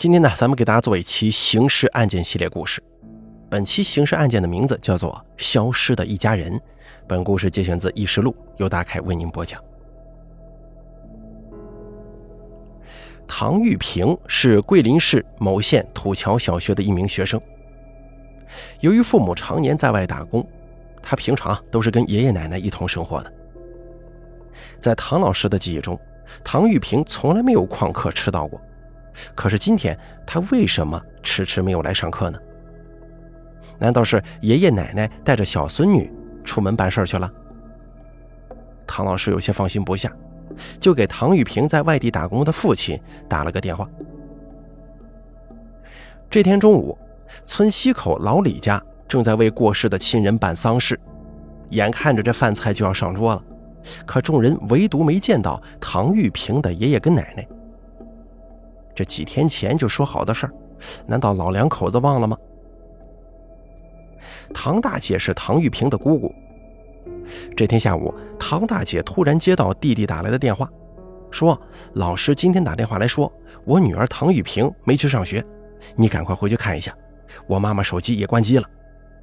今天呢，咱们给大家做一期刑事案件系列故事。本期刑事案件的名字叫做《消失的一家人》。本故事节选自《议事录》，由大凯为您播讲。唐玉平是桂林市某县土桥小学的一名学生。由于父母常年在外打工，他平常都是跟爷爷奶奶一同生活的。在唐老师的记忆中，唐玉平从来没有旷课迟到过。可是今天他为什么迟迟没有来上课呢？难道是爷爷奶奶带着小孙女出门办事去了？唐老师有些放心不下，就给唐玉平在外地打工的父亲打了个电话。这天中午，村西口老李家正在为过世的亲人办丧事，眼看着这饭菜就要上桌了，可众人唯独没见到唐玉平的爷爷跟奶奶。这几天前就说好的事儿，难道老两口子忘了吗？唐大姐是唐玉平的姑姑。这天下午，唐大姐突然接到弟弟打来的电话，说老师今天打电话来说，我女儿唐玉平没去上学，你赶快回去看一下，我妈妈手机也关机了。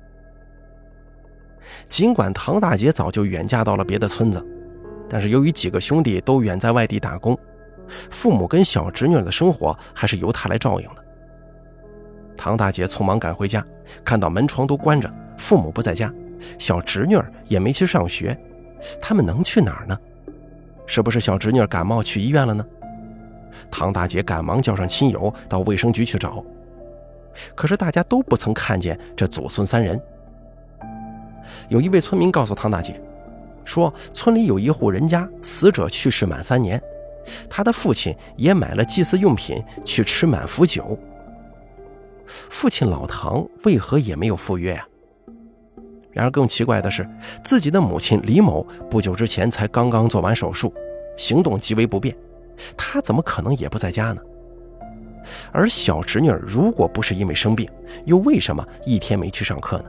尽管唐大姐早就远嫁到了别的村子，但是由于几个兄弟都远在外地打工，父母跟小侄女的生活还是由她来照应的。唐大姐匆忙赶回家，看到门窗都关着，父母不在家，小侄女也没去上学，他们能去哪儿呢？是不是小侄女感冒去医院了呢？唐大姐赶忙叫上亲友到卫生局去找，可是大家都不曾看见这祖孙三人。有一位村民告诉唐大姐说，村里有一户人家死者去世满3年，他的父亲也买了祭祀用品去吃满福酒。父亲老唐为何也没有赴约呀？然而更奇怪的是，自己的母亲李某不久之前才刚刚做完手术，行动极为不便，她怎么可能也不在家呢？而小侄女如果不是因为生病，又为什么一天没去上课呢？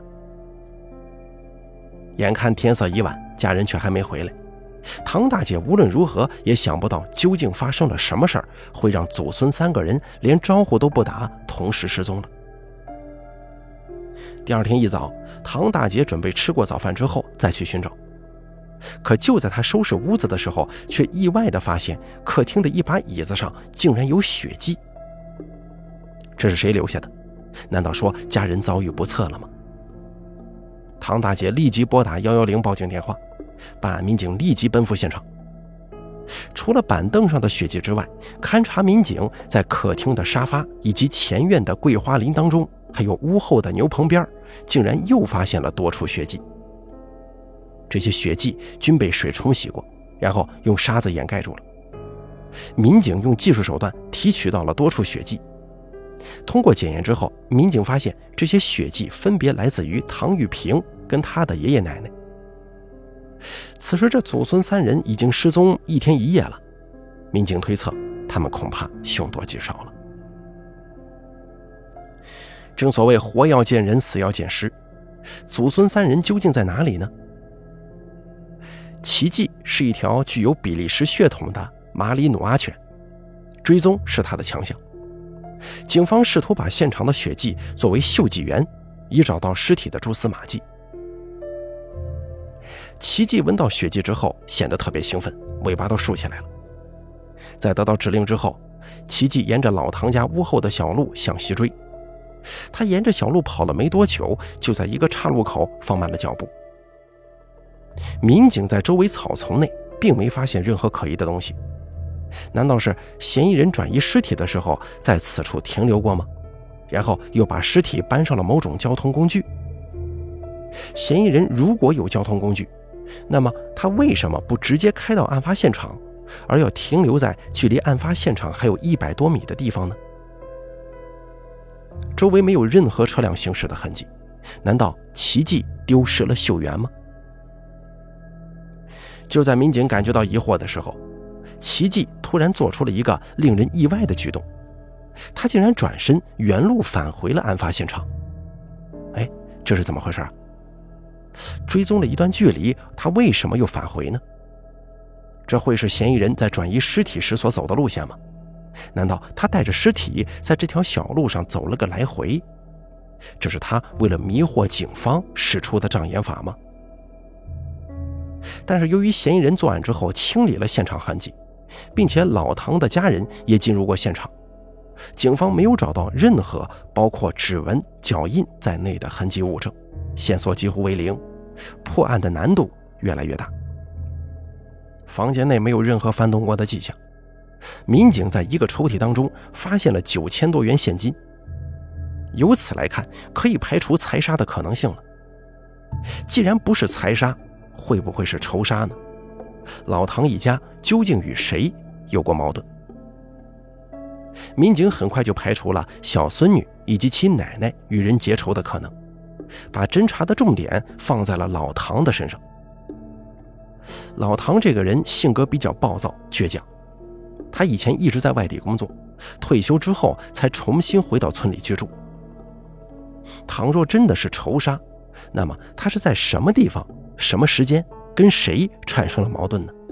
眼看天色已晚，家人却还没回来，唐大姐无论如何也想不到究竟发生了什么事儿，会让祖孙3个人连招呼都不打，同时失踪了。第二天一早，唐大姐准备吃过早饭之后再去寻找，可就在她收拾屋子的时候，却意外地发现客厅的一把椅子上竟然有血迹。这是谁留下的？难道说家人遭遇不测了吗？唐大姐立即拨打110报警电话，办案民警立即奔赴现场。除了板凳上的血迹之外，勘查民警在客厅的沙发以及前院的桂花林当中，还有屋后的牛棚边，竟然又发现了多处血迹。这些血迹均被水冲洗过，然后用沙子掩盖住了。民警用技术手段提取到了多处血迹，通过检验之后，民警发现这些血迹分别来自于唐玉平跟他的爷爷奶奶。此时这祖孙3人已经失踪1天1夜了，民警推测他们恐怕凶多吉少了。正所谓活要见人，死要见尸，祖孙3人究竟在哪里呢？奇迹是一条具有比利时血统的马里努阿犬，追踪是它的强项。警方试图把现场的血迹作为嗅迹源，以找到尸体的蛛丝马迹。奇迹闻到血迹之后显得特别兴奋，尾巴都竖起来了。在得到指令之后，奇迹沿着老唐家屋后的小路向西追。他沿着小路跑了没多久，就在一个岔路口放慢了脚步。民警在周围草丛内并没发现任何可疑的东西，难道是嫌疑人转移尸体的时候在此处停留过吗？然后又把尸体搬上了某种交通工具？嫌疑人如果有交通工具，那么他为什么不直接开到案发现场，而要停留在距离案发现场还有100多米的地方呢？周围没有任何车辆行驶的痕迹，难道奇迹丢失了嗅源吗？就在民警感觉到疑惑的时候，奇迹突然做出了一个令人意外的举动，他竟然转身原路返回了案发现场。这是怎么回事啊？追踪了一段距离，他为什么又返回呢？这会是嫌疑人在转移尸体时所走的路线吗？ 难道他带着尸体在这条小路上走了个来回？这是他为了迷惑警方使出的障眼法吗？但是由于嫌疑人作案之后清理了现场痕迹，并且老唐的家人也进入过现场，警方没有找到任何包括指纹、脚印在内的痕迹物证，线索几乎为零，破案的难度越来越大。房间内没有任何翻动过的迹象，民警在一个抽屉当中发现了9000多元现金，由此来看，可以排除财杀的可能性了。既然不是财杀，会不会是仇杀呢？老唐一家究竟与谁有过矛盾？民警很快就排除了小孙女以及其奶奶与人结仇的可能，把侦查的重点放在了老唐的身上。老唐这个人性格比较暴躁倔强，他以前一直在外地工作，退休之后才重新回到村里居住。倘若真的是仇杀，那么他是在什么地方、什么时间跟谁产生了矛盾呢？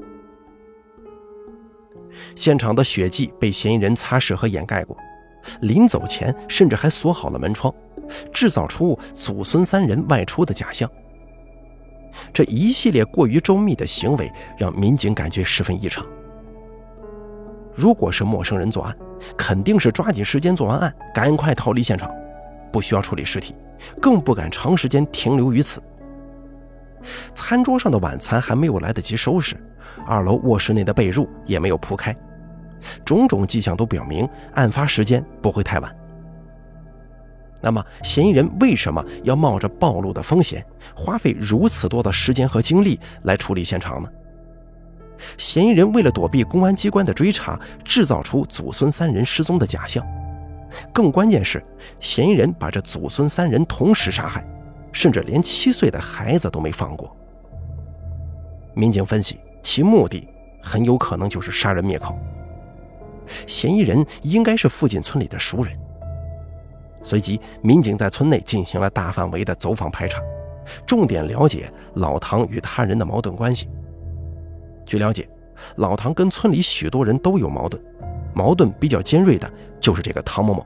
现场的血迹被嫌疑人擦拭和掩盖过，临走前甚至还锁好了门窗，制造出祖孙3人外出的假象。这一系列过于周密的行为让民警感觉十分异常。如果是陌生人作案，肯定是抓紧时间做完案，赶快逃离现场，不需要处理尸体，更不敢长时间停留于此。餐桌上的晚餐还没有来得及收拾，2楼卧室内的被褥也没有铺开，种种迹象都表明案发时间不会太晚。那么嫌疑人为什么要冒着暴露的风险，花费如此多的时间和精力来处理现场呢？嫌疑人为了躲避公安机关的追查，制造出祖孙3人失踪的假象，更关键是嫌疑人把这祖孙3人同时杀害，甚至连7岁的孩子都没放过。民警分析，其目的很有可能就是杀人灭口。嫌疑人应该是附近村里的熟人。随即民警在村内进行了大范围的走访排查，重点了解老唐与他人的矛盾关系。据了解，老唐跟村里许多人都有矛盾，矛盾比较尖锐的就是这个唐某某。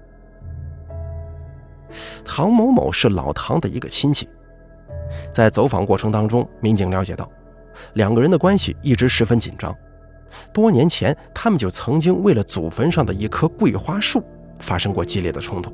唐某某是老唐的一个亲戚，在走访过程当中，民警了解到2个人的关系一直十分紧张，多年前他们就曾经为了祖坟上的一棵桂花树发生过激烈的冲突。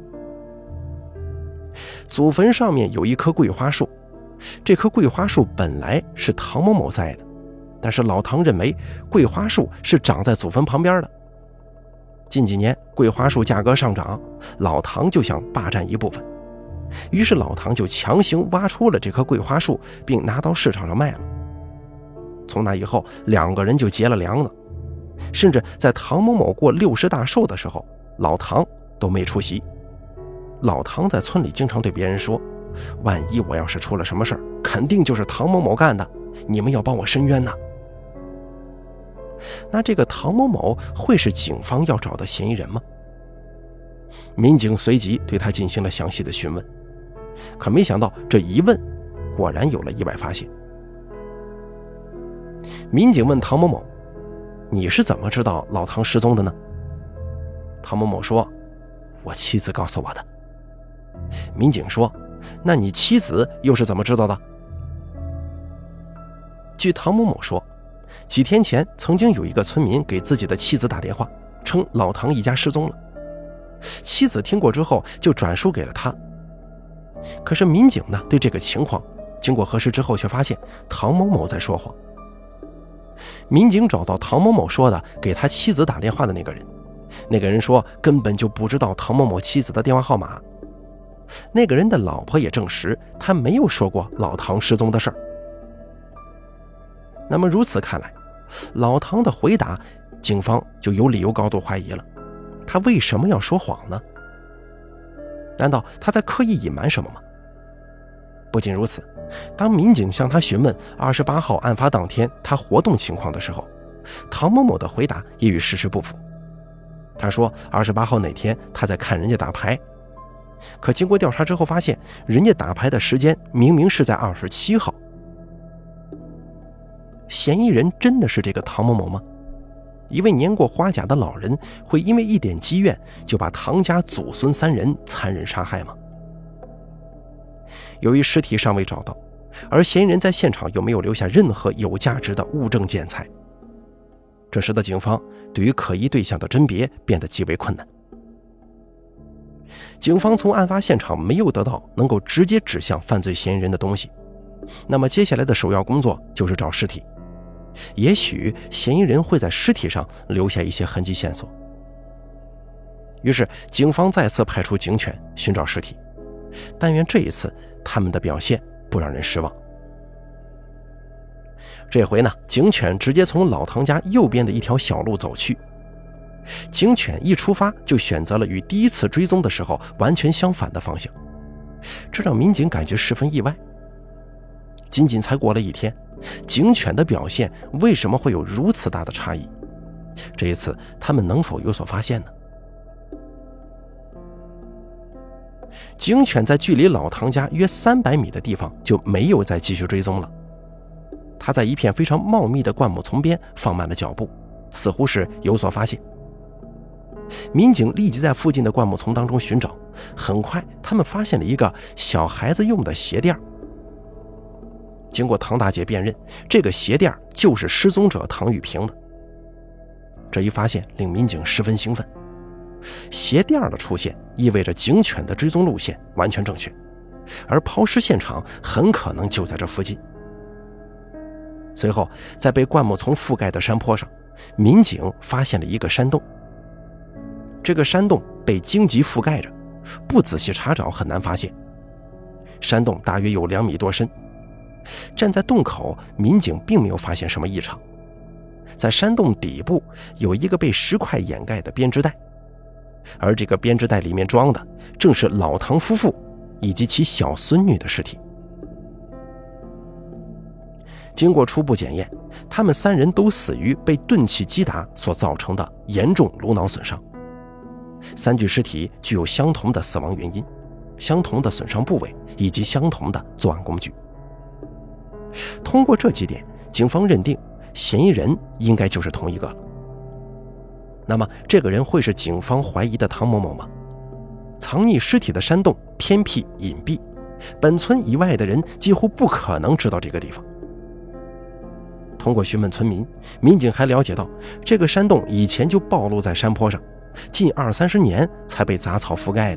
祖坟上面有一棵桂花树，这棵桂花树本来是唐某某栽的，但是老唐认为桂花树是长在祖坟旁边的。近几年桂花树价格上涨，老唐就想霸占一部分，于是老唐就强行挖出了这棵桂花树，并拿到市场上卖了。从那以后2个人就结了梁子，甚至在唐某某过60大寿的时候，老唐都没出席。老唐在村里经常对别人说，万一我要是出了什么事儿，肯定就是唐某某干的，你们要帮我申冤呐。那这个唐某某会是警方要找的嫌疑人吗？民警随即对他进行了详细的询问，可没想到这一问果然有了意外发现。民警问唐某某，你是怎么知道老唐失踪的呢？唐某某说，我妻子告诉我的。民警说，那你妻子又是怎么知道的？据唐某某说，几天前曾经有一个村民给自己的妻子打电话，称老唐一家失踪了。妻子听过之后就转述给了他。可是民警呢，对这个情况经过核实之后，却发现唐某某在说谎。民警找到唐某某说的给他妻子打电话的那个人，那个人说根本就不知道唐某某妻子的电话号码。那个人的老婆也证实，他没有说过老唐失踪的事儿。那么如此看来，老唐的回答，警方就有理由高度怀疑了。他为什么要说谎呢？难道他在刻意隐瞒什么吗？不仅如此，当民警向他询问28号案发当天他活动情况的时候，唐某某的回答也与事实不符。他说28号那天他在看人家打牌，可经过调查之后发现，人家打牌的时间明明是在27号。嫌疑人真的是这个唐某某吗？ 一位年过花甲的老人会因为一点积怨就把唐家祖孙3人残忍杀害吗？由于尸体尚未找到，而嫌疑人在现场又没有留下任何有价值的物证建材，这使得警方对于可疑对象的甄别变得极为困难。警方从案发现场没有得到能够直接指向犯罪嫌疑人的东西，那么接下来的首要工作就是找尸体。也许嫌疑人会在尸体上留下一些痕迹线索。于是警方再次派出警犬寻找尸体，但愿这一次他们的表现不让人失望。这回呢，警犬直接从老唐家右边的一条小路走去。警犬一出发就选择了与第一次追踪的时候完全相反的方向，这让民警感觉十分意外。仅仅才过了1天，警犬的表现为什么会有如此大的差异？这一次他们能否有所发现呢？警犬在距离老唐家约300米的地方就没有再继续追踪了，他在一片非常茂密的灌木丛边放慢了脚步，似乎是有所发现。民警立即在附近的灌木丛当中寻找，很快他们发现了一个小孩子用的鞋垫。经过唐大姐辨认，这个鞋垫就是失踪者唐玉平的。这一发现令民警十分兴奋，鞋垫的出现意味着警犬的追踪路线完全正确，而抛尸现场很可能就在这附近。随后在被灌木丛覆盖的山坡上，民警发现了一个山洞。这个山洞被荆棘覆盖着，不仔细查找很难发现。山洞大约有2米多深，站在洞口，民警并没有发现什么异常。在山洞底部有一个被石块掩盖的编织袋，而这个编织袋里面装的正是老唐夫妇以及其小孙女的尸体。经过初步检验，他们3人都死于被钝器击打所造成的严重颅脑损伤。3具尸体具有相同的死亡原因、相同的损伤部位以及相同的作案工具。通过这几点，警方认定嫌疑人应该就是同一个了。那么这个人会是警方怀疑的唐某某吗？藏匿尸体的山洞偏僻隐蔽，本村以外的人几乎不可能知道这个地方。通过询问村民，民警还了解到这个山洞以前就暴露在山坡上，近20-30年才被杂草覆盖的。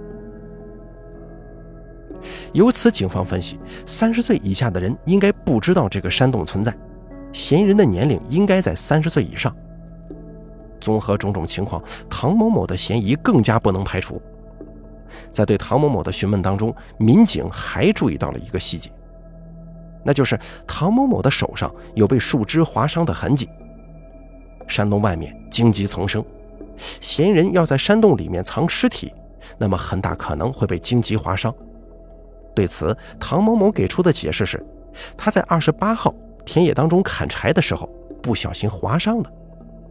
由此警方分析，30岁以下的人应该不知道这个山洞存在，嫌疑人的年龄应该在30岁以上。综合种种情况，唐某某的嫌疑更加不能排除。在对唐某某的询问当中，民警还注意到了一个细节，那就是唐某某的手上有被树枝划伤的痕迹。山洞外面荆棘丛生，嫌疑人要在山洞里面藏尸体，那么很大可能会被荆棘划伤。对此，唐某某给出的解释是，他在28号田野当中砍柴的时候不小心划伤的。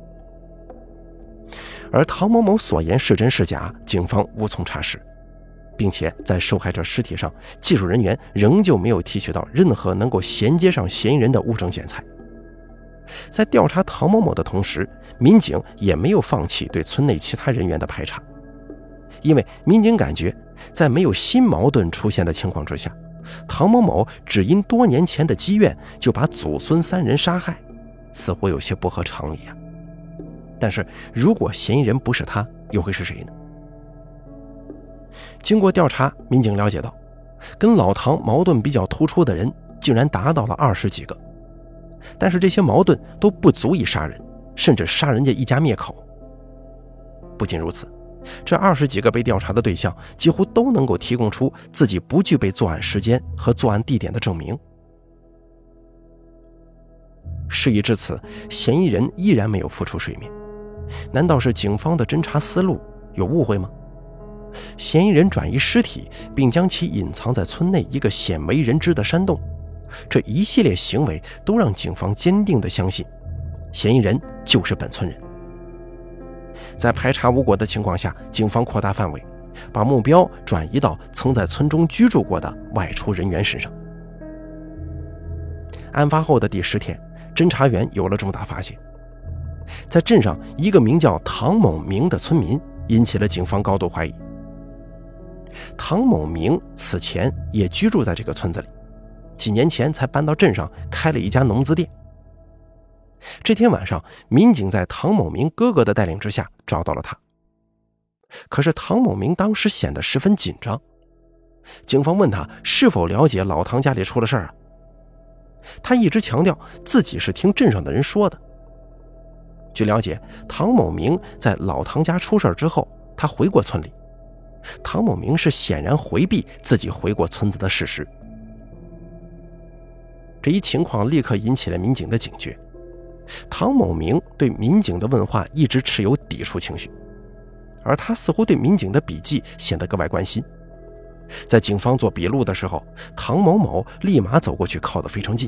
而唐某某所言是真是假，警方无从查实，并且在受害者尸体上，技术人员仍旧没有提取到任何能够衔接上嫌疑人的物证建材。在调查唐某某的同时，民警也没有放弃对村内其他人员的排查，因为民警感觉在没有新矛盾出现的情况之下，唐某某只因多年前的积怨就把祖孙3人杀害，似乎有些不合常理啊。但是如果嫌疑人不是他，又会是谁呢？经过调查，民警了解到，跟老唐矛盾比较突出的人竟然达到了20几个，但是这些矛盾都不足以杀人，甚至杀人家一家灭口。不仅如此，这20几个被调查的对象几乎都能够提供出自己不具备作案时间和作案地点的证明。事已至此，嫌疑人依然没有浮出水面，难道是警方的侦查思路有误会吗？嫌疑人转移尸体并将其隐藏在村内一个鲜为人知的山洞，这一系列行为都让警方坚定地相信嫌疑人就是本村人。在排查无果的情况下，警方扩大范围，把目标转移到曾在村中居住过的外出人员身上。案发后的第10天，侦查员有了重大发现。 在镇上一个名叫唐某明的村民引起了警方高度怀疑。唐某明此前也居住在这个村子里，几年前才搬到镇上开了一家农资店。这天晚上，民警在唐某明哥哥的带领之下找到了他。可是唐某明当时显得十分紧张，警方问他是否了解老唐家里出了事儿啊？他一直强调自己是听镇上的人说的。据了解，唐某明在老唐家出事之后，他回过村里。唐某明是显然回避自己回过村子的事实。这一情况立刻引起了民警的警觉。唐某明对民警的问话一直持有抵触情绪，而他似乎对民警的笔记显得格外关心。在警方做笔录的时候，唐某某立马走过去，靠得非常近。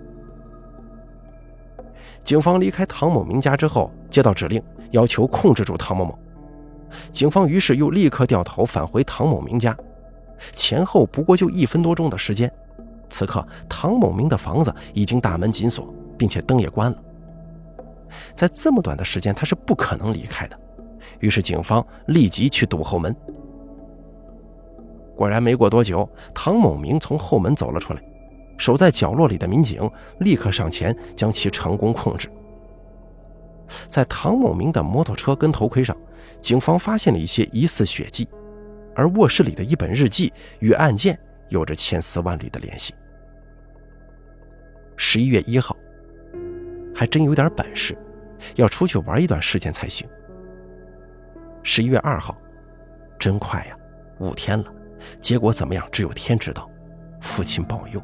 警方离开唐某明家之后，接到指令，要求控制住唐某某。警方于是又立刻掉头返回唐某明家，前后不过就1分多钟的时间。此刻，唐某明的房子已经大门紧锁，并且灯也关了。在这么短的时间，他是不可能离开的。于是警方立即去堵后门。果然没过多久，唐某明从后门走了出来，守在角落里的民警立刻上前将其成功控制。在唐某明的摩托车跟头盔上，警方发现了一些疑似血迹，而卧室里的一本日记与案件有着千丝万缕的联系。11月1号，还真有点本事，要出去玩一段时间才行。11月2号，真快呀，5天了，结果怎么样，只有天知道，父亲保佑。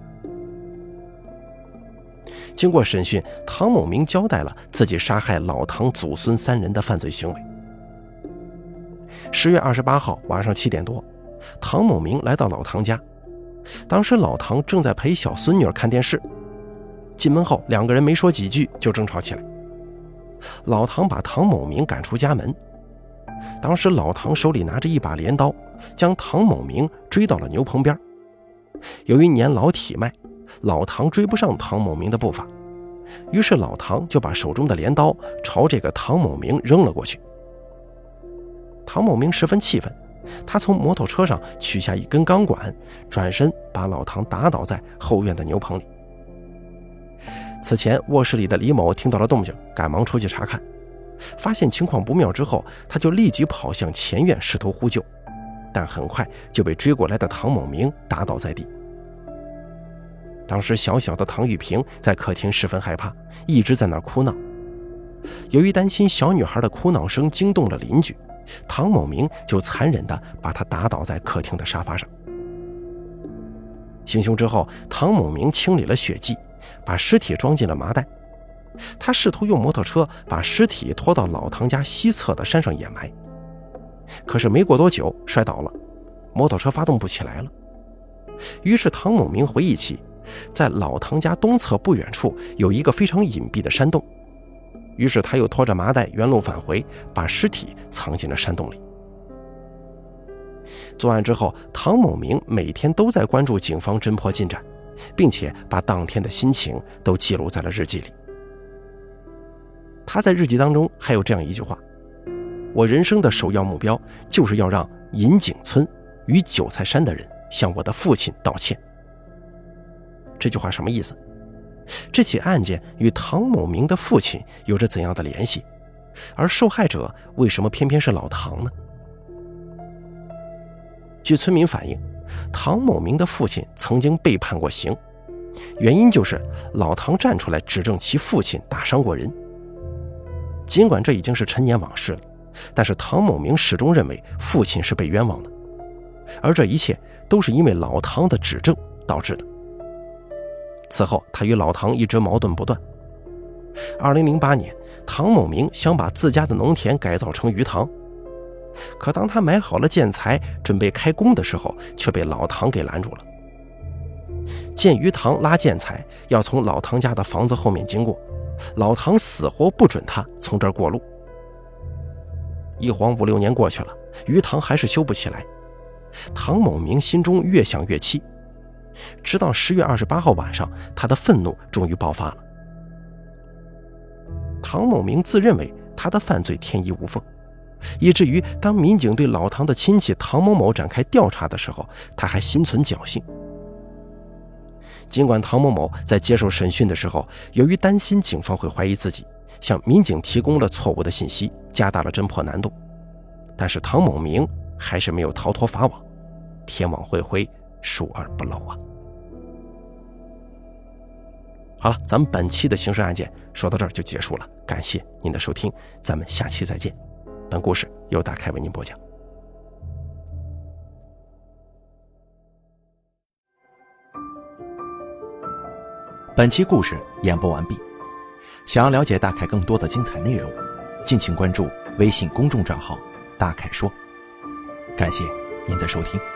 经过审讯，唐某明交代了自己杀害老唐祖孙3人的犯罪行为。10月28号晚上7点多，唐某明来到老唐家，当时老唐正在陪小孙女看电视。进门后，2个人没说几句就争吵起来。老唐把唐某明赶出家门，当时老唐手里拿着一把镰刀，将唐某明追到了牛棚边。由于年老体迈，老唐追不上唐某明的步伐，于是老唐就把手中的镰刀朝这个唐某明扔了过去。唐某明十分气愤，他从摩托车上取下一根钢管，转身把老唐打倒在后院的牛棚里。此前卧室里的李某听到了动静，赶忙出去查看，发现情况不妙之后，他就立即跑向前院试图呼救，但很快就被追过来的唐某明打倒在地。当时小小的唐玉萍在客厅十分害怕，一直在那儿哭闹。由于担心小女孩的哭闹声惊动了邻居，唐某明就残忍地把她打倒在客厅的沙发上。行凶之后，唐某明清理了血迹，把尸体装进了麻袋。他试图用摩托车把尸体拖到老唐家西侧的山上掩埋，可是没过多久摔倒了，摩托车发动不起来了。于是唐某明回忆起，在老唐家东侧不远处有一个非常隐蔽的山洞，于是他又拖着麻袋原路返回，把尸体藏进了山洞里。作案之后，唐某明每天都在关注警方侦破进展，并且把当天的心情都记录在了日记里。他在日记当中还有这样一句话：我人生的首要目标就是要让银井村与韭菜山的人向我的父亲道歉。这句话什么意思？这起案件与唐某明的父亲有着怎样的联系？而受害者为什么偏偏是老唐呢？据村民反映，唐某明的父亲曾经被判过刑，原因就是老唐站出来指证其父亲打伤过人。尽管这已经是陈年往事了，但是唐某明始终认为父亲是被冤枉的，而这一切都是因为老唐的指证导致的。此后他与老唐一直矛盾不断。2008年，唐某明想把自家的农田改造成鱼塘，可当他买好了建材准备开工的时候，却被老唐给拦住了。建鱼塘拉建材要从老唐家的房子后面经过，老唐死活不准他从这儿过路。一晃5、6年过去了，鱼塘还是修不起来，唐某明心中越想越气。直到10月28号晚上，他的愤怒终于爆发了。 唐某明自认为他的犯罪天衣无缝，以至于当民警对老唐的亲戚唐某某展开调查的时候，他还心存侥幸。尽管唐某某在接受审讯的时候，由于担心警方会怀疑自己，向民警提供了错误的信息，加大了侦破难度，但是唐某明还是没有逃脱法网，天网恢恢，疏而不漏啊。好了，咱们本期的刑事案件说到这儿就结束了，感谢您的收听，咱们下期再见。本故事由大开为您播讲。 本期故事演播完毕，想要了解大凯更多的精彩内容，敬请关注微信公众账号大凯说。感谢您的收听。